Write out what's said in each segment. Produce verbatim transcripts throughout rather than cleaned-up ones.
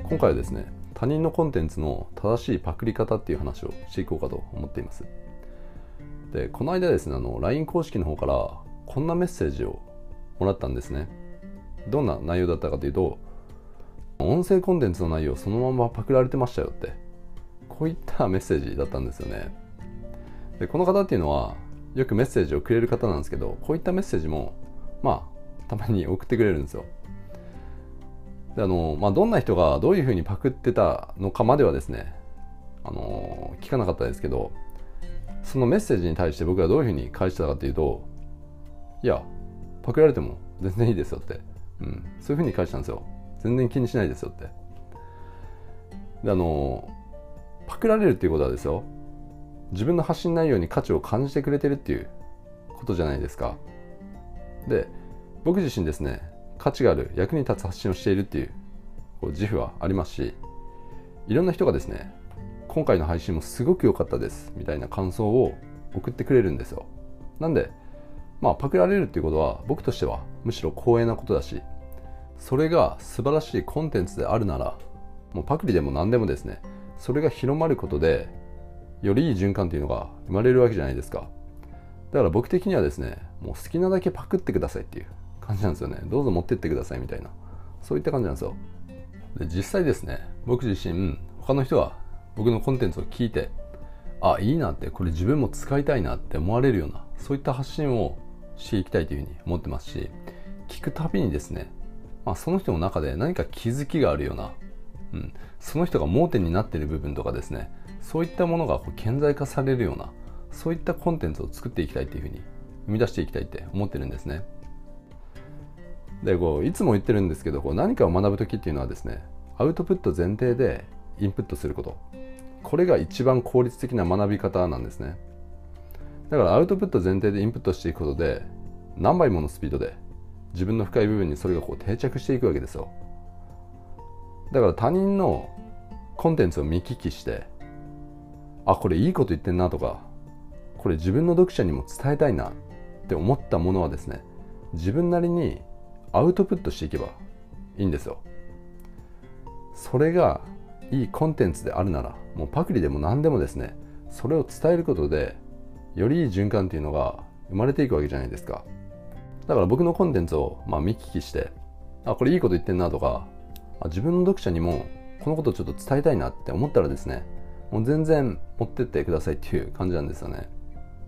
今回はですね、他人のコンテンツの正しいパクリ方っていう話をしていこうかと思っています。で、この間ですね、あの ライン 公式の方からこんなメッセージをもらったんですね。どんな内容だったかというと、音声コンテンツの内容そのままパクられてましたよって、こういったメッセージだったんですよね。で、この方っていうのはよくメッセージをくれる方なんですけど、こういったメッセージもまあたまに送ってくれるんですよ。であのまあ、どんな人がどういうふうにパクってたのかまではですね、あの聞かなかったですけど、そのメッセージに対して僕がどういうふうに返したかというと、いやパクられても全然いいですよって、うん、そういうふうに返したんですよ。全然気にしないですよって。であのパクられるっていうことはですよ、自分の発信内容に価値を感じてくれてるっていうことじゃないですか。で僕自身ですね、価値がある役に立つ発信をしているっていう、こう自負はありますし、いろんな人がですね、今回の配信もすごく良かったですみたいな感想を送ってくれるんですよ。なんでまあパクられるっていうことは僕としてはむしろ光栄なことだし、それが素晴らしいコンテンツであるなら、もうパクリでも何でもですね、それが広まることでよりいい循環っていうのが生まれるわけじゃないですか。だから僕的にはですね、もう好きなだけパクってくださいっていう感じなんですよね。どうぞ持ってってくださいみたいな、そういった感じなんですよ。で実際ですね、僕自身他の人が僕のコンテンツを聞いて、あ、いいなって、これ自分も使いたいなって思われるような、そういった発信をしていきたいというふうに思ってますし、聞くたびにですね、まあ、その人の中で何か気づきがあるような、うん、その人が盲点になっている部分とかですね、そういったものがこう顕在化されるような、そういったコンテンツを作っていきたいというふうに生み出していきたいって思ってるんですね。でこういつも言ってるんですけど、こう何かを学ぶときっていうのはですね、アウトプット前提でインプットすること、これが一番効率的な学び方なんですね。だからアウトプット前提でインプットしていくことで、何倍ものスピードで自分の深い部分にそれがこう定着していくわけですよ。だから他人のコンテンツを見聞きして、あ、これいいこと言ってんなとか、これ自分の読者にも伝えたいなって思ったものはですね、自分なりにアウトプットしていけばいいんですよ。それがいいコンテンツであるなら、もうパクリでも何でもですね、それを伝えることでよりいい循環っていうのが生まれていくわけじゃないですか。だから僕のコンテンツをまあ見聞きして、あ、これいいこと言ってんなとか、あ、自分の読者にもこのことをちょっと伝えたいなって思ったらですね、もう全然持ってってくださいっていう感じなんですよね。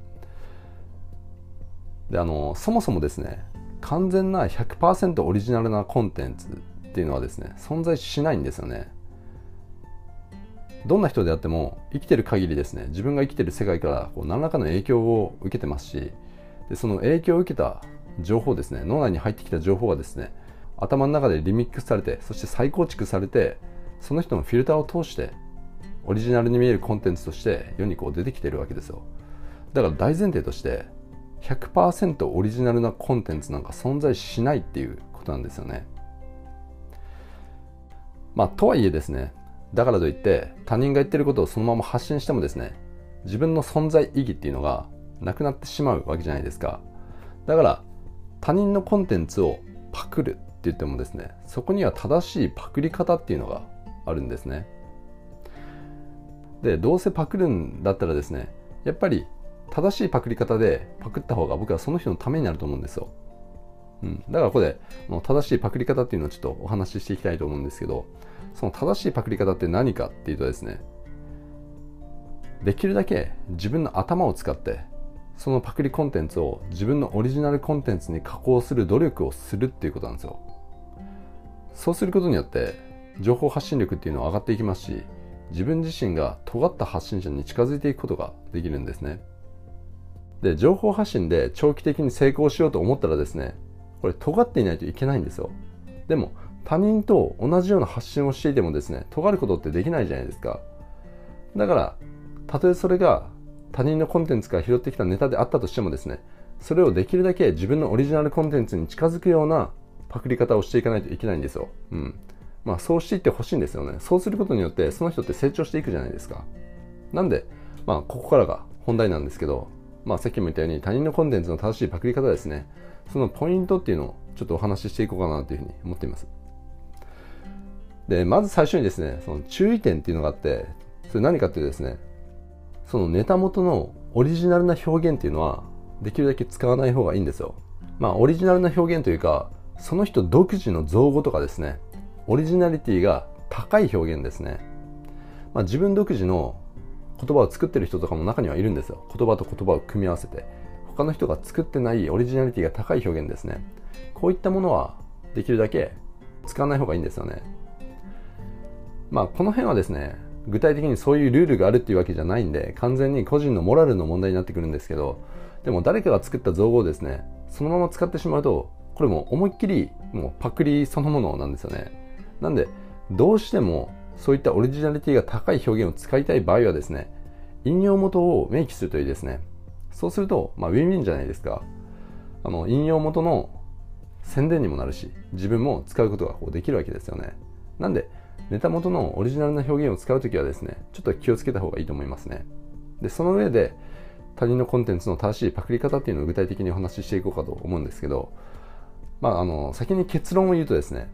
であのそもそもですね、完全な ひゃくパーセント オリジナルなコンテンツっていうのはですね、存在しないんですよね。どんな人であっても生きてる限りですね、自分が生きてる世界からこう何らかの影響を受けてますし、でその影響を受けた情報ですね、脳内に入ってきた情報がですね、頭の中でリミックスされて、そして再構築されて、その人のフィルターを通してオリジナルに見えるコンテンツとして世にこう出てきてるわけですよ。だから大前提として ひゃくパーセント オリジナルなコンテンツなんか存在しないっていうことなんですよね。まあとはいえですね、だからといって他人が言ってることをそのまま発信してもですね、自分の存在意義っていうのがなくなってしまうわけじゃないですか。だから他人のコンテンツをパクるって言ってもですね、そこには正しいパクリ方っていうのがあるんですね。でどうせパクるんだったらですね、やっぱり正しいパクリ方でパクった方が僕はその人のためになると思うんですよ。うん、だからここで正しいパクリ方っていうのをちょっとお話ししていきたいと思うんですけど、その正しいパクリ方って何かっていうとですね、できるだけ自分の頭を使ってそのパクリコンテンツを自分のオリジナルコンテンツに加工する努力をするっていうことなんですよ。そうすることによって情報発信力っていうのは上がっていきますし、自分自身が尖った発信者に近づいていくことができるんですね。で情報発信で長期的に成功しようと思ったらですね、これ尖っていないといけないんですよ。でも他人と同じような発信をしていてもですね、尖ることってできないじゃないですか。だからたとえそれが他人のコンテンツから拾ってきたネタであったとしてもですね、それをできるだけ自分のオリジナルコンテンツに近づくようなパクリ方をしていかないといけないんですよ。うん。まあそうしていってほしいんですよね。そうすることによってその人って成長していくじゃないですか。なんでまあここからが本題なんですけど、まあさっきも言ったように他人のコンテンツの正しいパクリ方ですね、そのポイントっていうのをちょっとお話ししていこうかなというふうに思っています。 でまず最初にですね、その注意点っていうのがあって、それ何かっていうとですね、そのネタ元のオリジナルな表現っていうのはできるだけ使わない方がいいんですよ。まあオリジナルな表現というか、その人独自の造語とかですね、オリジナリティが高い表現ですね。まあ、自分独自の言葉を作ってる人とかも中にはいるんですよ。言葉と言葉を組み合わせて他の人が作ってないオリジナリティが高い表現ですね。こういったものはできるだけ使わない方がいいんですよね。まあこの辺はですね、具体的にそういうルールがあるっていうわけじゃないんで、完全に個人のモラルの問題になってくるんですけど、でも誰かが作った造語をですね、そのまま使ってしまうと、これも思いっきりもうパクリそのものなんですよね。なんでどうしてもそういったオリジナリティが高い表現を使いたい場合はですね、引用元を明記するといいですね。そうすると、まあ、ウィンウィンじゃないですか。あの引用元の宣伝にもなるし、自分も使うことがこうできるわけですよね。なんでネタ元のオリジナルな表現を使うときはですね、ちょっと気をつけた方がいいと思いますね。でその上で他人のコンテンツの正しいパクリ方っていうのを具体的にお話ししていこうかと思うんですけど、まあ、あの先に結論を言うとですね、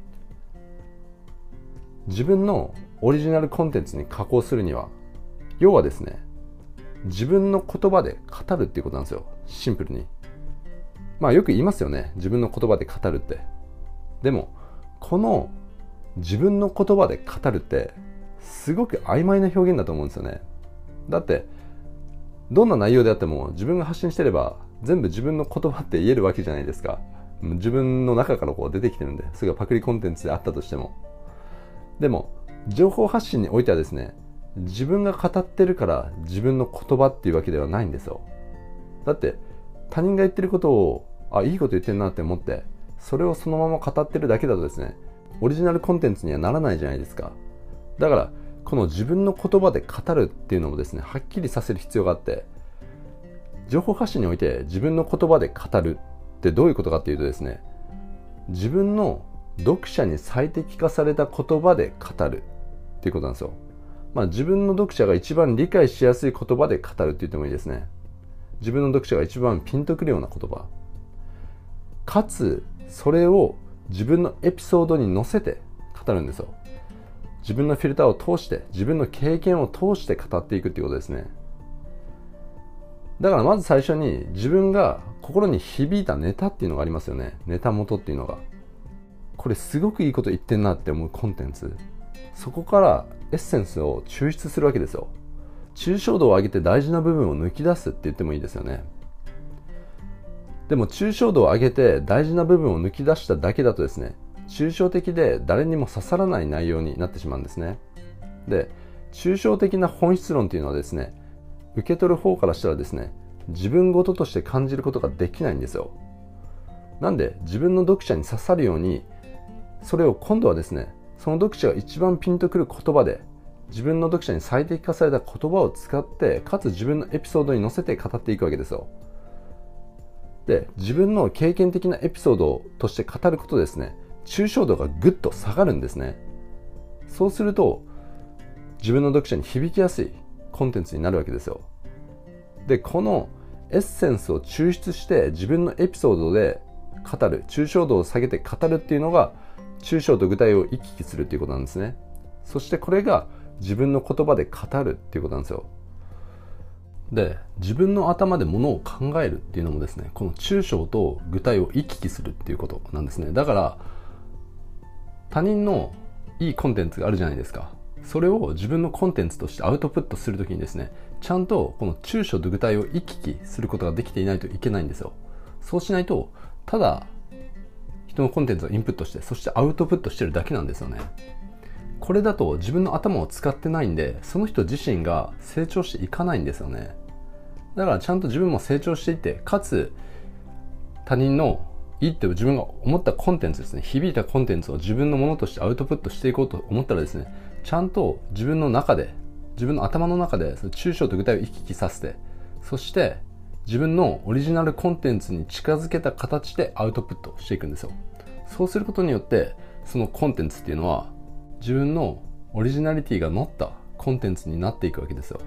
自分のオリジナルコンテンツに加工するには、要はですね、自分の言葉で語るっていうことなんですよ。シンプルに。まあよく言いますよね、自分の言葉で語るって。でもこの自分の言葉で語るってすごく曖昧な表現だと思うんですよね。だってどんな内容であっても自分が発信してれば全部自分の言葉って言えるわけじゃないですか。自分の中からこう出てきてるんで、それがパクリコンテンツであったとしても。でも情報発信においてはですね、自分が語ってるから自分の言葉っていうわけではないんですよ。だって他人が言ってることを、あ、いいこと言ってるなって思ってそれをそのまま語ってるだけだとですね、オリジナルコンテンツにはならないじゃないですか。だからこの自分の言葉で語るっていうのもですね、はっきりさせる必要があって、情報発信において自分の言葉で語るってどういうことかっていうとですね、自分の読者に最適化された言葉で語るっていうことなんですよ。まあ自分の読者が一番理解しやすい言葉で語るって言ってもいいですね。自分の読者が一番ピンとくるような言葉、かつそれを自分のエピソードに乗せて語るんですよ。自分のフィルターを通して、自分の経験を通して語っていくっていうことですね。だからまず最初に自分が心に響いたネタっていうのがありますよね。ネタ元っていうのが、これすごくいいこと言ってんなって思うコンテンツ、そこからエッセンスを抽出するわけですよ。抽象度を上げて大事な部分を抜き出すって言ってもいいですよね。でも抽象度を上げて大事な部分を抜き出しただけだとですね、抽象的で誰にも刺さらない内容になってしまうんですね。で、抽象的な本質論っていうのはですね、受け取る方からしたらですね、自分事として感じることができないんですよ。なんで自分の読者に刺さるように、それを今度はですね、その読者が一番ピンとくる言葉で、自分の読者に最適化された言葉を使って、かつ自分のエピソードに乗せて語っていくわけですよ。で、自分の経験的なエピソードとして語ることですね、抽象度がぐっと下がるんですね。そうすると自分の読者に響きやすいコンテンツになるわけですよ。で、このエッセンスを抽出して自分のエピソードで語る、抽象度を下げて語るっていうのが抽象と具体を行き来するっていうことなんですね。そしてこれが自分の言葉で語るっていうことなんですよ。で、自分の頭で物を考えるっていうのもですね、この抽象と具体を行き来するっていうことなんですね。だから他人のいいコンテンツがあるじゃないですか。それを自分のコンテンツとしてアウトプットするときにですね、ちゃんとこの抽象と具体を行き来することができていないといけないんですよ。そうしないとただ人のコンテンツをインプットして、そしてアウトプットしてるだけなんですよね。これだと自分の頭を使ってないんで、その人自身が成長していかないんですよね。だからちゃんと自分も成長していって、かつ他人のいいって自分が思ったコンテンツですね、響いたコンテンツを自分のものとしてアウトプットしていこうと思ったらですね、ちゃんと自分の中で、自分の頭の中でその抽象と具体を行き来させて、そして自分のオリジナルコンテンツに近づけた形でアウトプットしていくんですよ。そうすることによってそのコンテンツっていうのは自分のオリジナリティが乗ったコンテンツになっていくわけですよ。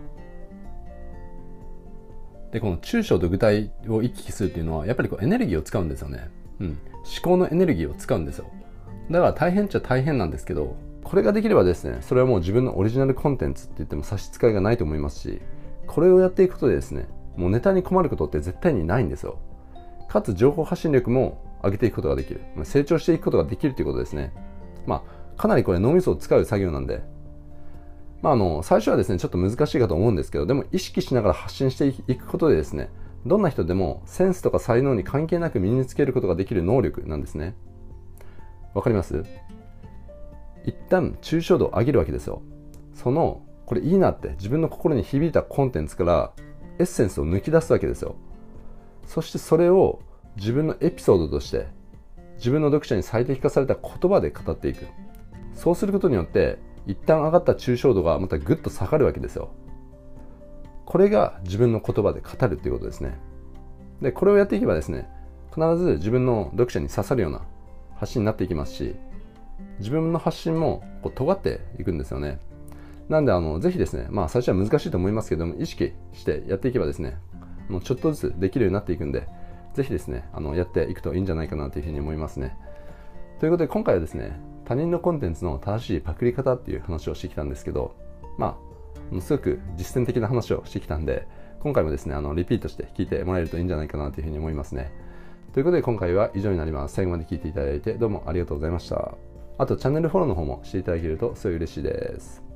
で、この抽象と具体を行き来するっていうのはやっぱりこうエネルギーを使うんですよね。うん、思考のエネルギーを使うんですよ。だから大変っちゃ大変なんですけど、 これができればですね、それはもう自分のオリジナルコンテンツって言っても差し支えがないと思いますし、これをやっていくことでですね、もうネタに困ることって絶対にないんですよ。かつ情報発信力も上げていくことができる、成長していくことができるということですね。まあかなりこれ脳みそを使う作業なんで、まあ、あの最初はですねちょっと難しいかと思うんですけど、でも意識しながら発信していくことでですね、どんな人でもセンスとか才能に関係なく身につけることができる能力なんですね。わかります？一旦抽象度を上げるわけですよ。そのこれいいなって自分の心に響いたコンテンツからエッセンスを抜き出すわけですよ。そしてそれを自分のエピソードとして自分の読者に最適化された言葉で語っていく。そうすることによって一旦上がった抽象度がまたぐっと下がるわけですよ。これが自分の言葉で語るということですね。でこれをやっていけばですね、必ず自分の読者に刺さるような発信になっていきますし、自分の発信もこう尖っていくんですよね。なんであのぜひですね、まあ最初は難しいと思いますけども、意識してやっていけばですね、もうちょっとずつできるようになっていくんで、ぜひですねあのやっていくといいんじゃないかなというふうに思いますね。ということで今回はですね、他人のコンテンツの正しいパクリ方っていう話をしてきたんですけど、まあすごく実践的な話をしてきたんで、今回もですねあのリピートして聞いてもらえるといいんじゃないかなというふうに思いますね。ということで今回は以上になります。最後まで聞いていただいてどうもありがとうございました。あとチャンネルフォローの方もしていただけるとすごい嬉しいです。